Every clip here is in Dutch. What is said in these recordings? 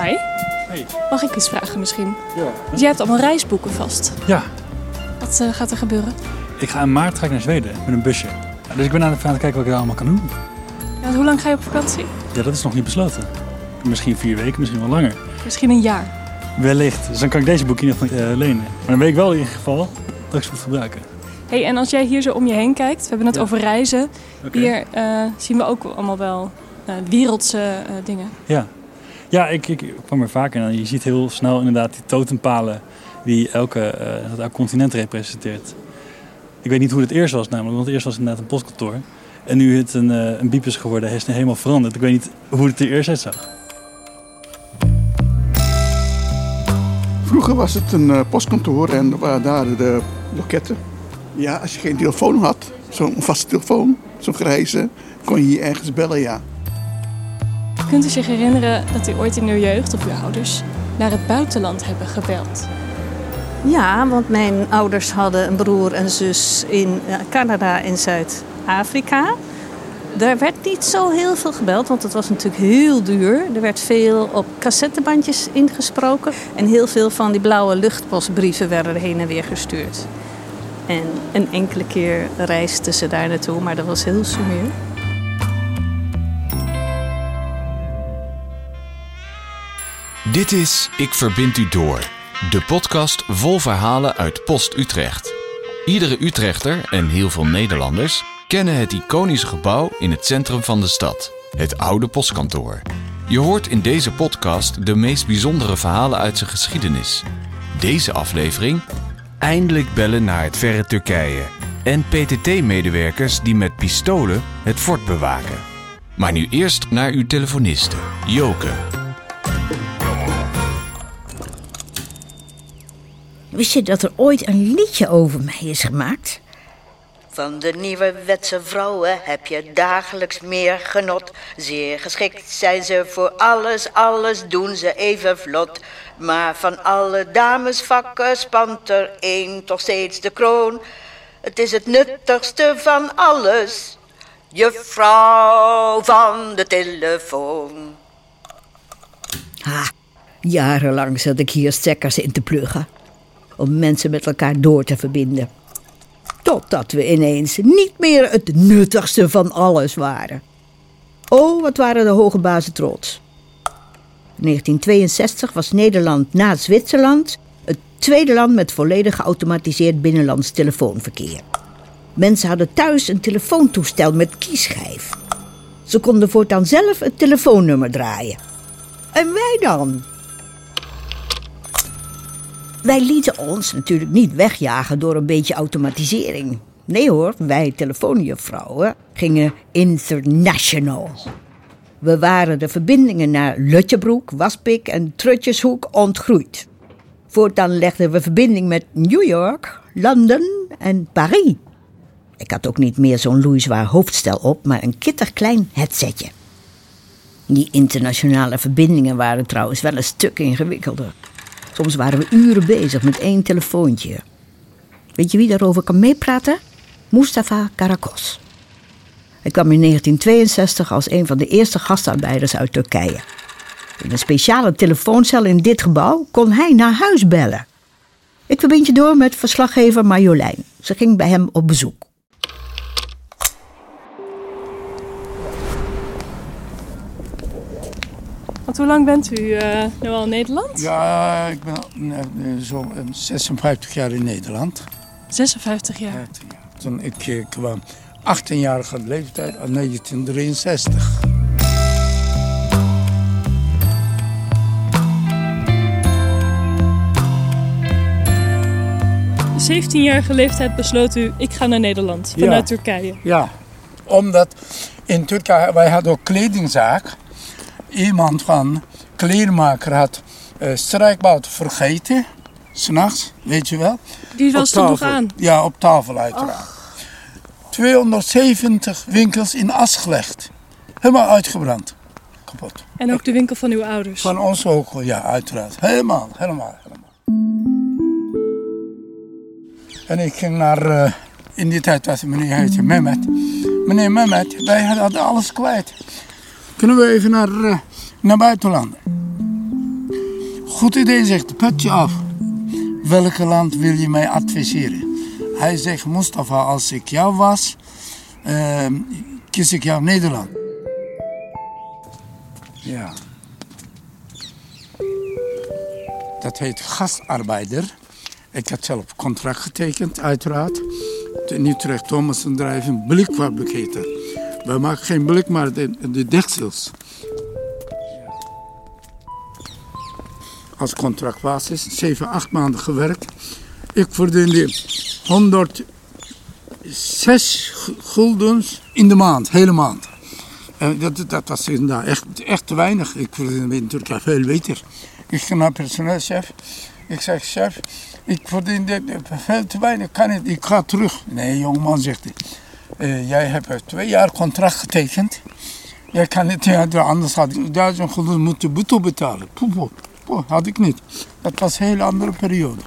Hi. Hey. Mag ik iets vragen misschien? Ja. Dus jij hebt allemaal reisboeken vast. Ja. Wat gaat er gebeuren? Ik ga in maart naar Zweden met een busje. Ja, dus ik ben aan het kijken wat ik daar allemaal kan doen. Ja, hoe lang ga je op vakantie? Ja, dat is nog niet besloten. Misschien 4 weken, misschien wel langer. Misschien een jaar. Wellicht. Dus dan kan ik deze boek in ieder geval lenen. Maar dan weet ik wel in ieder geval dat ik ze moet gebruiken. Hey, en als jij hier zo om je heen kijkt, we hebben het over reizen. Okay. Hier zien we ook allemaal wel wereldse dingen. Ja, ja ik kwam er vaker en je ziet heel snel inderdaad die totempalen die elke continent representeert. Ik weet niet hoe het eerst was namelijk, want eerst was het inderdaad een postkantoor. En nu het een biep is geworden, is het helemaal veranderd. Ik weet niet hoe het er eerst uitzag. Vroeger was het een postkantoor en waren daar de loketten. Ja, als je geen telefoon had, zo'n vaste telefoon, zo'n grijze, kon je hier ergens bellen, ja. Kunt u zich herinneren dat u ooit in uw jeugd of uw ouders naar het buitenland hebben gebeld? Ja, want mijn ouders hadden een broer en zus in Canada en Zuid-Afrika. Daar werd niet zo heel veel gebeld, want het was natuurlijk heel duur. Er werd veel op cassettebandjes ingesproken. En heel veel van die blauwe luchtpostbrieven werden er heen en weer gestuurd. En een enkele keer reisden ze daar naartoe, maar dat was heel sumier. Dit is Ik Verbind U Door, de podcast vol verhalen uit Post Utrecht. Iedere Utrechter en heel veel Nederlanders kennen het iconische gebouw in het centrum van de stad, het oude postkantoor. Je hoort in deze podcast de meest bijzondere verhalen uit zijn geschiedenis. Deze aflevering: eindelijk bellen naar het verre Turkije en PTT-medewerkers die met pistolen het fort bewaken. Maar nu eerst naar uw telefoniste, Joke. Wist je dat er ooit een liedje over mij is gemaakt? Van de nieuwerwetse vrouwen heb je dagelijks meer genot. Zeer geschikt zijn ze voor alles doen ze even vlot. Maar van alle damesvakken spant er één toch steeds de kroon. Het is het nuttigste van alles, juffrouw van de telefoon. Ha, jarenlang zat ik hier stekkers in te pluggen om mensen met elkaar door te verbinden. Totdat we ineens niet meer het nuttigste van alles waren. Oh, wat waren de hoge bazen trots. In 1962 was Nederland na Zwitserland het tweede land met volledig geautomatiseerd binnenlands telefoonverkeer. Mensen hadden thuis een telefoontoestel met kieschijf. Ze konden voortaan zelf het telefoonnummer draaien. En wij dan? Wij lieten ons natuurlijk niet wegjagen door een beetje automatisering. Nee hoor, wij telefoonjuffrouwen gingen international. We waren de verbindingen naar Lutjebroek, Waspik en Trutjeshoek ontgroeid. Voortaan legden we verbinding met New York, Londen en Parijs. Ik had ook niet meer zo'n loeizwaar hoofdstel op, maar een kitterklein headsetje. Die internationale verbindingen waren trouwens wel een stuk ingewikkelder. Soms waren we uren bezig met 1 telefoontje. Weet je wie daarover kan meepraten? Mustafa Karakos. Hij kwam in 1962 als een van de eerste gastarbeiders uit Turkije. In een speciale telefooncel in dit gebouw kon hij naar huis bellen. Ik verbind je door met verslaggever Marjolein. Ze ging bij hem op bezoek. Want hoe lang bent u nu al in Nederland? Ja, ik ben zo 56 jaar in Nederland. 56 jaar? Toen ik kwam 18-jarige leeftijd in 1963. Op 17-jarige leeftijd besloot u, ik ga naar Nederland vanuit Turkije. Ja, omdat in Turkije, wij hadden ook kledingzaak. Iemand van kleermaker had strijkbout vergeten, 's nachts, weet je wel. Die was er nog aan? Ja, op tafel uiteraard. 270 winkels in as gelegd. Helemaal uitgebrand. Kapot. En ook de winkel van uw ouders? Van ons ook, ja, uiteraard. Helemaal. En ik ging naar, in die tijd was meneer heette Mehmet. Meneer Mehmet, wij hadden alles kwijt. Kunnen we even naar buitenland? Goed idee, zegt de petje af. Welke land wil je mij adviseren? Hij zegt, Mustafa, als ik jou was, kies ik jou Nederland. Ja. Dat heet gastarbeider. Ik had zelf contract getekend, uiteraard. In Utrecht, Thomassen Drijven, blikfabriek heet dat. Wij maken geen blik, maar de deksels. Als contractbasis, 7-8 maanden gewerkt. Ik verdiende 106 guldens in de maand, hele maand. En dat was inderdaad echt te weinig. Ik verdiende in Turkije veel beter. Ik ging naar personeelschef. Ik zeg, chef, ik verdien veel te weinig, kan niet, ik ga terug. Nee, jongeman, zegt hij. Jij hebt 2 jaar contract getekend. Jij kan niet, anders had ik 1000 gulden moeten boete betalen. Poeh, had ik niet. Dat was een hele andere periode.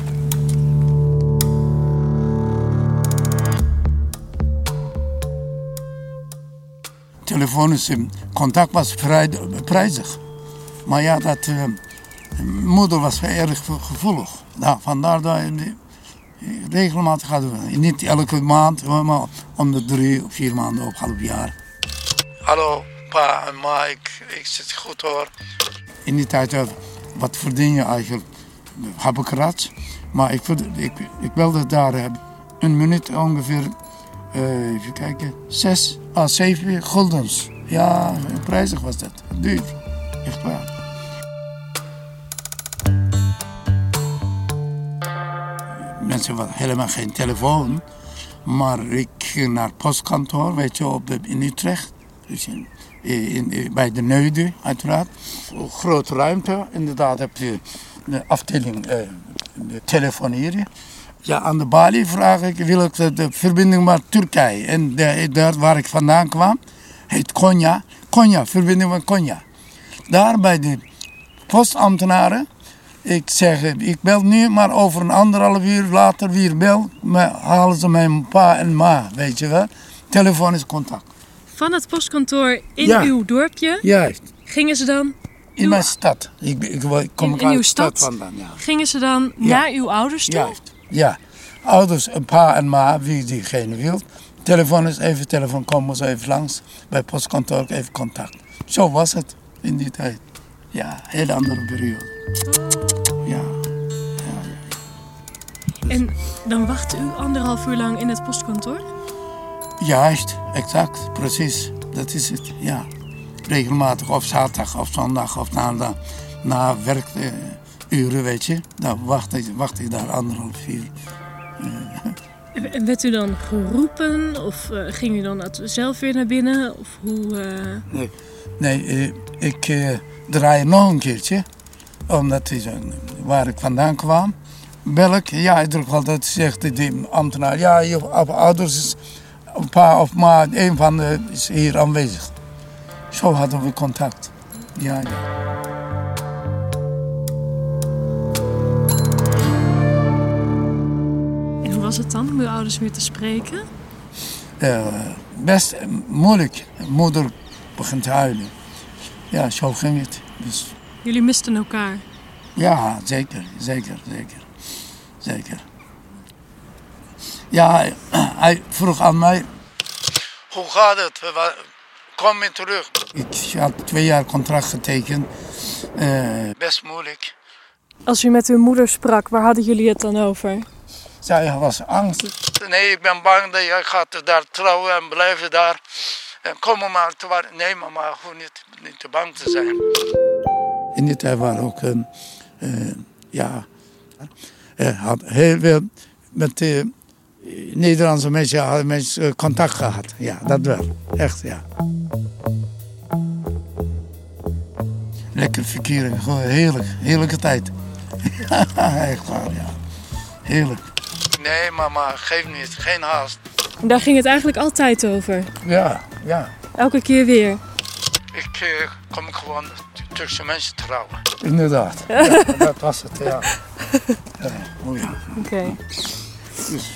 Telefonisch contact was vrij prijzig. Maar ja, moeder was erg gevoelig. Nou, vandaar dat regelmatig hadden we. Niet elke maand, maar om de 3 of 4 maanden op half jaar. Hallo, pa en ma, ik zit goed hoor. In die tijd, wat verdien je eigenlijk? Heb ik raad. Maar ik wilde daar een minuut ongeveer, even kijken, 6 à 7 guldens. Ja, prijzig was dat. Duur, echt waar. Mensen hadden helemaal geen telefoon. Maar ik ging naar het postkantoor, weet je, in Utrecht. Dus bij de Neude, uiteraard. Grote ruimte, inderdaad heb je de afdeling telefoneren. Ja, aan de balie vraag ik, wil ik de verbinding met Turkije. En daar waar ik vandaan kwam, heet Konya. Konya, verbinding met Konya. Daar bij de postambtenaren. Ik zeg, ik bel nu, maar over een 1,5 uur later weer bel, halen ze mijn pa en ma, weet je wel. Telefonisch contact. Van het postkantoor in uw dorpje? Juist. Gingen ze dan? In mijn stad. Ik kom in uit uw de stad vandaan, ja. Gingen ze dan naar uw ouders toe? Juist, ja. Ouders, pa en ma, wie diegene wil. Telefoon, komen ze even langs. Bij het postkantoor even contact. Zo was het in die tijd. Ja, hele andere periode. Ja. En dan wachtte u 1,5 uur lang in het postkantoor? Juist, exact, precies. Dat is het, ja. Regelmatig, of zaterdag, of zondag, of na werkuren, weet je. Dan wacht ik daar 1,5 uur. En werd u dan geroepen? Of ging u dan zelf weer naar binnen? Of hoe? Nee, ik draai nog een keertje. Omdat waar ik vandaan kwam, bel ik. Ja, ik druk altijd, zegt die ambtenaar. Ja, je ouders is een pa of ma, een van de is hier aanwezig. Zo hadden we contact. Ja. En hoe was het dan om uw ouders weer te spreken? Best moeilijk. Moeder begint te huilen. Ja, zo ging het. Dus... Jullie misten elkaar? Ja, zeker. Ja, hij vroeg aan mij... Hoe gaat het? Kom je terug? Ik had 2 jaar contract getekend. Best moeilijk. Als u met uw moeder sprak, waar hadden jullie het dan over? Zij was angstig. Nee, ik ben bang dat jij gaat daar trouwen en blijven daar. En kom maar te waar. Nee, maar gewoon niet te bang te zijn. In die tijd waren ook, had heel veel met de Nederlandse mensen contact gehad. Ja, dat wel. Echt, ja. Lekker verkeren, gewoon heerlijke tijd. Echt waar, ja. Heerlijk. Nee, mama, geef niet, geen haast. En daar ging het eigenlijk altijd over? Ja. Elke keer weer? Ik kom gewoon Turkse mensen trouwen. Inderdaad, ja, dat was het, ja. Oké. Dus.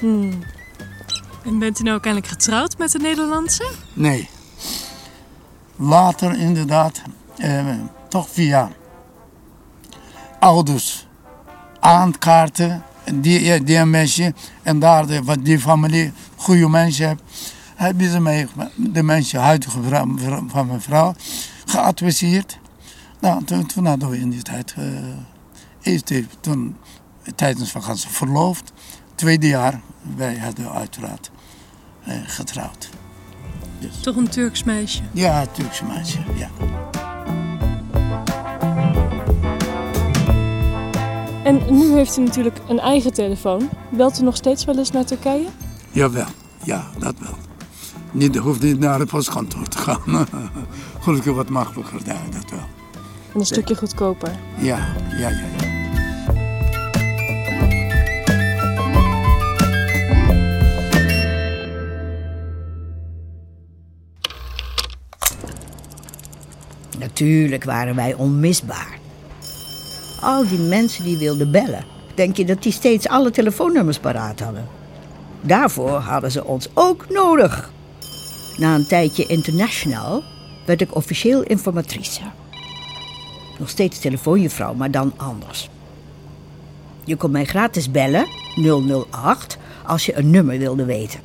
En bent u nou uiteindelijk getrouwd met de Nederlandse? Nee. Later inderdaad, toch via ouders aankaarten, die mensen, en daar wat die familie goede mensen heeft, hebben ze mij, de mensen, huidige vrouw, van mijn vrouw, geadviseerd. Nou, toen hadden we in die tijd, toen tijdens vakantie verloofd. 2e jaar, wij hadden uiteraard getrouwd. Dus. Toch een Turks meisje? Ja, een Turks meisje, ja. En nu heeft u natuurlijk een eigen telefoon. Belt u nog steeds wel eens naar Turkije? Jawel, ja, dat wel. Hoeft niet naar het postkantoor te gaan. Gelukkig wat makkelijker daar, dat wel. En een stukje goedkoper? Ja. Natuurlijk waren wij onmisbaar. Al die mensen die wilden bellen, denk je dat die steeds alle telefoonnummers paraat hadden? Daarvoor hadden ze ons ook nodig. Na een tijdje international werd ik officieel informatrice. Nog steeds telefoonjuffrouw, maar dan anders. Je kon mij gratis bellen, 008, als je een nummer wilde weten.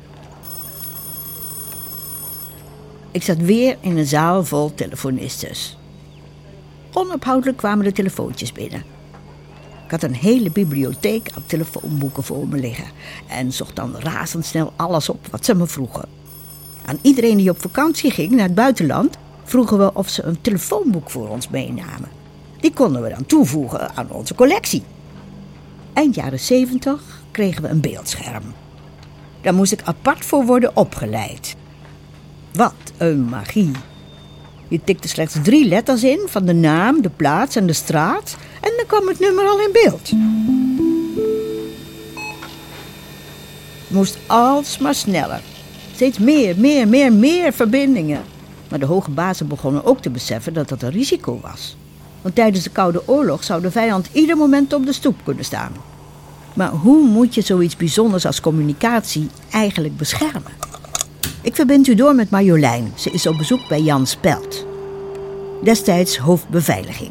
Ik zat weer in een zaal vol telefonistes. Onophoudelijk kwamen de telefoontjes binnen. Ik had een hele bibliotheek aan telefoonboeken voor me liggen en zocht dan razendsnel alles op wat ze me vroegen. Aan iedereen die op vakantie ging naar het buitenland vroegen we of ze een telefoonboek voor ons meenamen. Die konden we dan toevoegen aan onze collectie. Eind jaren 70 kregen we een beeldscherm. Daar moest ik apart voor worden opgeleid. Wat een magie. Je tikte slechts 3 letters in van de naam, de plaats en de straat en dan kwam het nummer al in beeld. Het moest alsmaar sneller. Steeds meer verbindingen. Maar de hoge bazen begonnen ook te beseffen dat dat een risico was. Want tijdens de Koude Oorlog zou de vijand ieder moment op de stoep kunnen staan. Maar hoe moet je zoiets bijzonders als communicatie eigenlijk beschermen? Ik verbind u door met Marjolein. Ze is op bezoek bij Jan Spelt. Destijds hoofdbeveiliging.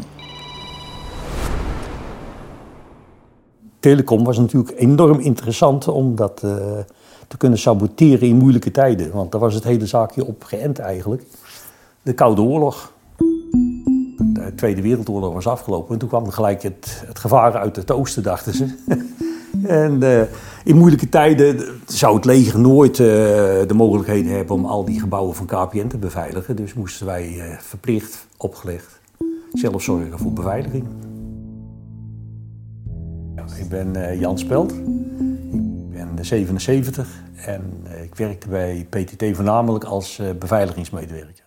Telecom was natuurlijk enorm interessant om dat te kunnen saboteren in moeilijke tijden. Want daar was het hele zaakje op geënt eigenlijk. De Koude Oorlog. De Tweede Wereldoorlog was afgelopen en toen kwam er gelijk het gevaar uit het oosten, dachten ze. En in moeilijke tijden zou het leger nooit de mogelijkheden hebben om al die gebouwen van KPN te beveiligen. Dus moesten wij verplicht, opgelegd, zelf zorgen voor beveiliging. Ja, ik ben Jan Spelt, ik ben 77 en ik werkte bij PTT voornamelijk als beveiligingsmedewerker.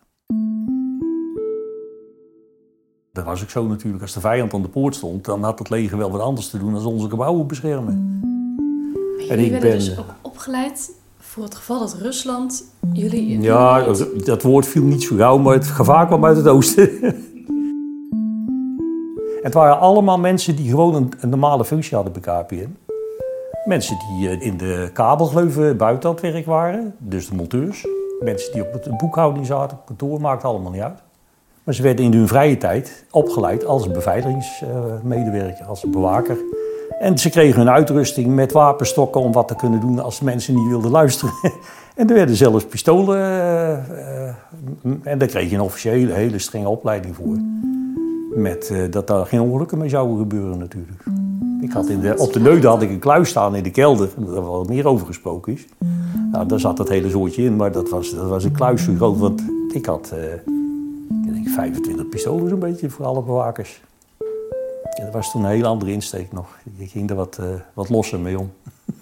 Dat was ook zo natuurlijk, als de vijand aan de poort stond, dan had het leger wel wat anders te doen dan onze gebouwen beschermen. Jullie werden dus ook opgeleid voor het geval dat Rusland jullie... Ja, dat woord viel niet zo gauw, maar het gevaar kwam uit het oosten. Het waren allemaal mensen die gewoon een normale functie hadden bij KPN. Mensen die in de kabelgleuven buiten aan het werk waren, dus de monteurs. Mensen die op de boekhouding zaten, op kantoor, maakte allemaal niet uit. Maar ze werden in hun vrije tijd opgeleid als beveiligingsmedewerker, als bewaker. En ze kregen hun uitrusting met wapenstokken om wat te kunnen doen als de mensen niet wilden luisteren. En er werden zelfs pistolen en daar kreeg je een officiële, hele strenge opleiding voor. Met dat daar geen ongelukken mee zouden gebeuren natuurlijk. Ik had op de Neude had ik een kluis staan in de kelder, daar wel meer over gesproken is. Nou, daar zat het hele soortje in, maar dat was een kluis zo groot, want ik had... 25 pistolen zo'n beetje voor alle bewakers. Ja, dat was toen een hele andere insteek nog. Je ging er wat losser mee om.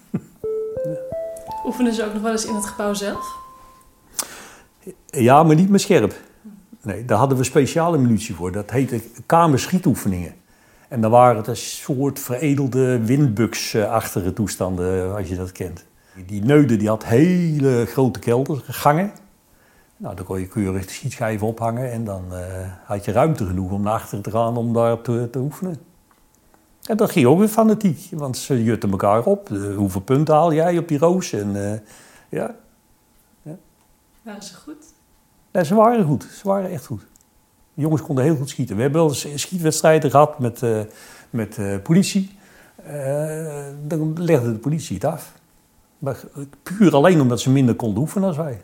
Oefenen ze ook nog wel eens in het gebouw zelf? Ja, maar niet met scherp. Nee, daar hadden we speciale munitie voor. Dat heette kamerschietoefeningen. En dan waren het een soort veredelde windbuksachtige toestanden, als je dat kent. Die Neude die had hele grote keldergangen. Nou, dan kon je keurig de schietschijven ophangen en dan had je ruimte genoeg om naar achteren te gaan om daar te oefenen. En dat ging ook weer fanatiek, want ze jutten elkaar op. Hoeveel punten haal jij op die roos? En, Waren ze goed? Nee, ze waren goed. Ze waren echt goed. De jongens konden heel goed schieten. We hebben wel eens schietwedstrijden gehad met politie. Dan legde de politie het af. Maar puur alleen omdat ze minder konden oefenen als wij.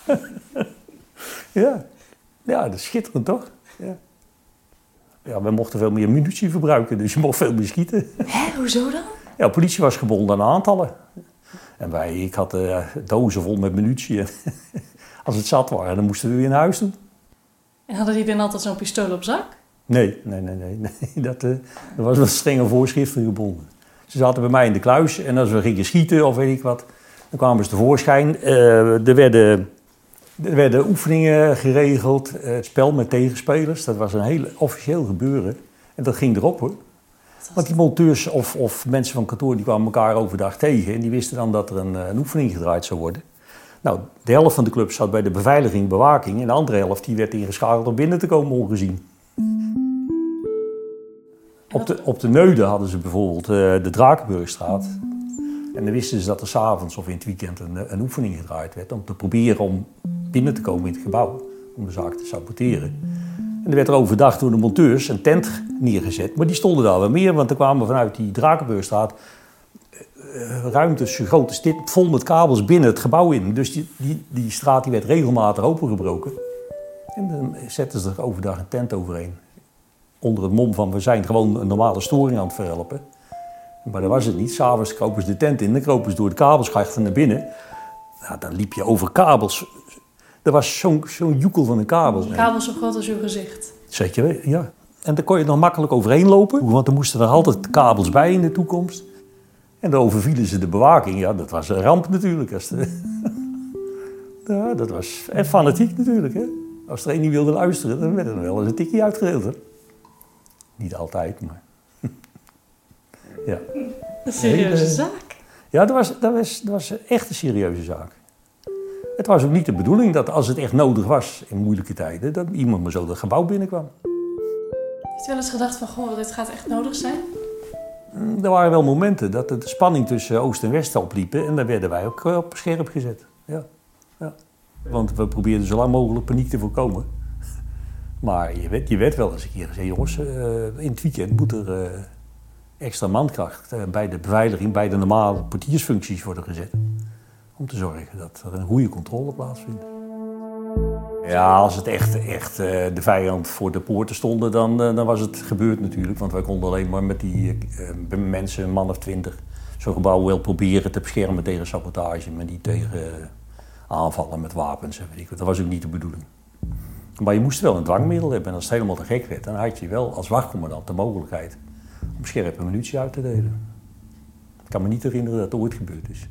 Ja, dat is schitterend toch? Ja, we mochten veel meer munitie verbruiken, dus je mocht veel meer schieten. Hè, hoezo dan? Ja, de politie was gebonden aan aantallen. En ik had dozen vol met munitie. En als het zat waren, dan moesten we weer naar huis doen. En hadden die dan altijd zo'n pistool op zak? Nee. Dat was wel strenge voorschriften gebonden. Ze zaten bij mij in de kluis en als we gingen schieten of weet ik wat, dan kwamen ze tevoorschijn. Er werden oefeningen geregeld, het spel met tegenspelers. Dat was een heel officieel gebeuren. En dat ging erop hoor. Want die monteurs of mensen van kantoor die kwamen elkaar overdag tegen. En die wisten dan dat er een oefening gedraaid zou worden. Nou, de helft van de club zat bij de beveiliging, bewaking. En de andere helft die werd ingeschakeld om binnen te komen ongezien. Op de Neude hadden ze bijvoorbeeld de Drakenburgstraat. En dan wisten ze dat er 's avonds of in het weekend een oefening gedraaid werd. Om te proberen om binnen te komen in het gebouw. Om de zaak te saboteren. En er werd er overdag door de monteurs een tent neergezet. Maar die stonden daar wel meer, want er kwamen vanuit die Drakenburgstraat ruimtes, zo groot als dit, vol met kabels binnen het gebouw in. Dus die straat die werd regelmatig opengebroken. En dan zetten ze er overdag een tent overheen. Onder het mom van we zijn gewoon een normale storing aan het verhelpen. Maar dat was het niet. 's Avonds kropen ze de tent in, dan kropen ze door de kabelschachten naar binnen. Nou, dan liep je over kabels. Er was zo'n joekel van een kabel. Een kabel zo groot als uw gezicht. Zeker, ja. En daar kon je nog makkelijk overheen lopen, want er moesten er altijd kabels bij in de toekomst. En dan overvielen ze de bewaking. Ja, dat was een ramp natuurlijk. Ja, dat was fanatiek natuurlijk. Hè? Als er één niet wilde luisteren, dan werd er wel eens een tikkie uitgedeeld. Hè? Niet altijd, maar... ja. Een serieuze zaak. Ja, dat was echt een serieuze zaak. Het was ook niet de bedoeling dat als het echt nodig was in moeilijke tijden, dat iemand maar zo dat gebouw binnenkwam. Heeft u wel eens gedacht van, goh, dit gaat echt nodig zijn? Er waren wel momenten dat de spanning tussen Oost en West opliepen en daar werden wij ook op scherp gezet. Ja. Want we probeerden zo lang mogelijk paniek te voorkomen. Maar je werd wel eens een keer gezegd, jongens, in het weekend moet er extra mankracht bij de beveiliging, bij de normale portiersfuncties worden gezet. Om te zorgen dat er een goede controle plaatsvindt. Ja, als het echt de vijand voor de poorten stonden, dan was het gebeurd natuurlijk. Want wij konden alleen maar met die mensen, een man of 20, zo'n gebouw wel proberen te beschermen tegen sabotage, maar niet tegen aanvallen met wapens. Dat was ook niet de bedoeling. Maar je moest wel een dwangmiddel hebben en als het helemaal te gek werd, dan had je wel als wachtcommandant de mogelijkheid om scherpe munitie uit te delen. Ik kan me niet herinneren dat het ooit gebeurd is.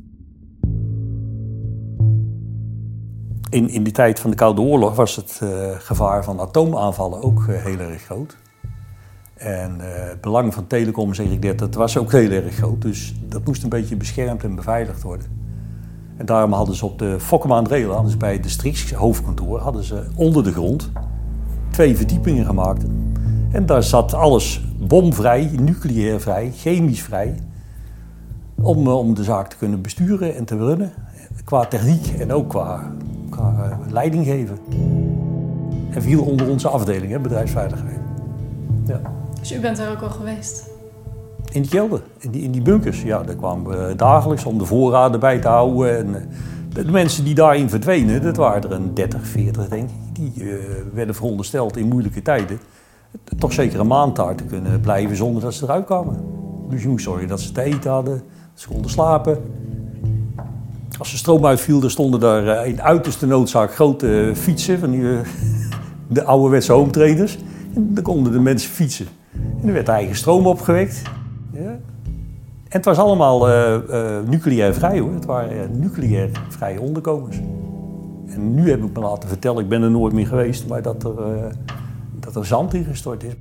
In die tijd van de Koude Oorlog was het gevaar van atoomaanvallen ook heel erg groot. En het belang van telecom, zeg ik net, dat was ook heel erg groot. Dus dat moest een beetje beschermd en beveiligd worden. En daarom hadden ze op de Fokkemaandrail, hadden ze bij het districtshoofdkantoor, hadden ze onder de grond 2 verdiepingen gemaakt. En daar zat alles bomvrij, nucleair vrij, chemisch vrij. Om de zaak te kunnen besturen en te runnen. Qua techniek en ook qua leiding geven. En viel onder onze afdeling, hè, bedrijfsveiligheid. Ja. Dus u bent daar ook al geweest? In die kelder, in die bunkers. Ja, daar kwamen we dagelijks om de voorraden bij te houden. En de mensen die daarin verdwenen, dat waren er een 30, 40 denk ik. Die werden verondersteld in moeilijke tijden toch zeker een maand daar te kunnen blijven zonder dat ze eruit kwamen. Dus je moest zorgen dat ze te eten hadden, dat ze konden slapen. Als de stroom uitviel, dan stonden daar in uiterste noodzaak grote fietsen van de ouderwetse home trainers. En dan konden de mensen fietsen. En er werd eigen stroom opgewekt. Ja. En het was allemaal nucleair vrij hoor. Het waren nucleair vrije onderkomens. En nu heb ik me laten vertellen, ik ben er nooit meer geweest, maar dat er zand ingestort is.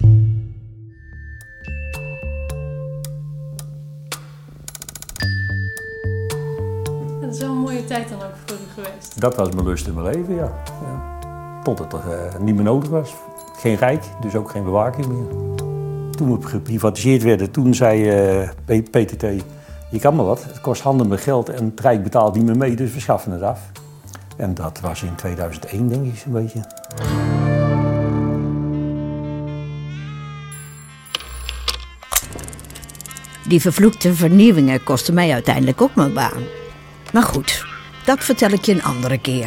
Dat is wel een mooie tijd dan ook voor u geweest. Dat was mijn lust in mijn leven, ja. Tot het niet meer nodig was. Geen rijk, dus ook geen bewaking meer. Toen we geprivatiseerd werden, toen zei PTT, je kan maar wat, het kost handen met geld en het Rijk betaalt niet meer mee, dus we schaffen het af. En dat was in 2001, denk ik, zo'n beetje. Die vervloekte vernieuwingen kosten mij uiteindelijk ook mijn baan. Maar goed, dat vertel ik je een andere keer.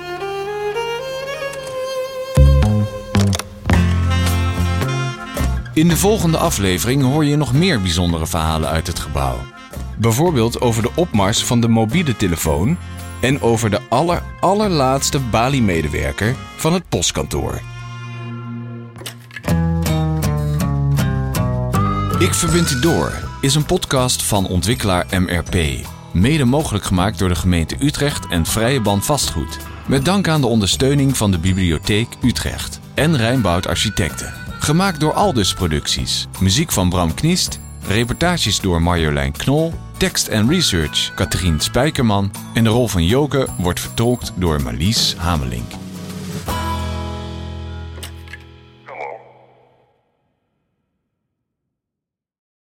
In de volgende aflevering hoor je nog meer bijzondere verhalen uit het gebouw. Bijvoorbeeld over de opmars van de mobiele telefoon en over de allerlaatste Bali-medewerker van het postkantoor. Ik Verbind U Door is een podcast van ontwikkelaar MRP. Mede mogelijk gemaakt door de gemeente Utrecht en Vrije Band Vastgoed. Met dank aan de ondersteuning van de Bibliotheek Utrecht en Rijnboud Architecten. Gemaakt door Aldus Producties. Muziek van Bram Kniest. Reportages door Marjolein Knol. Tekst en research Catherine Spijkerman. En de rol van Joke wordt vertolkt door Marlies Hamelink.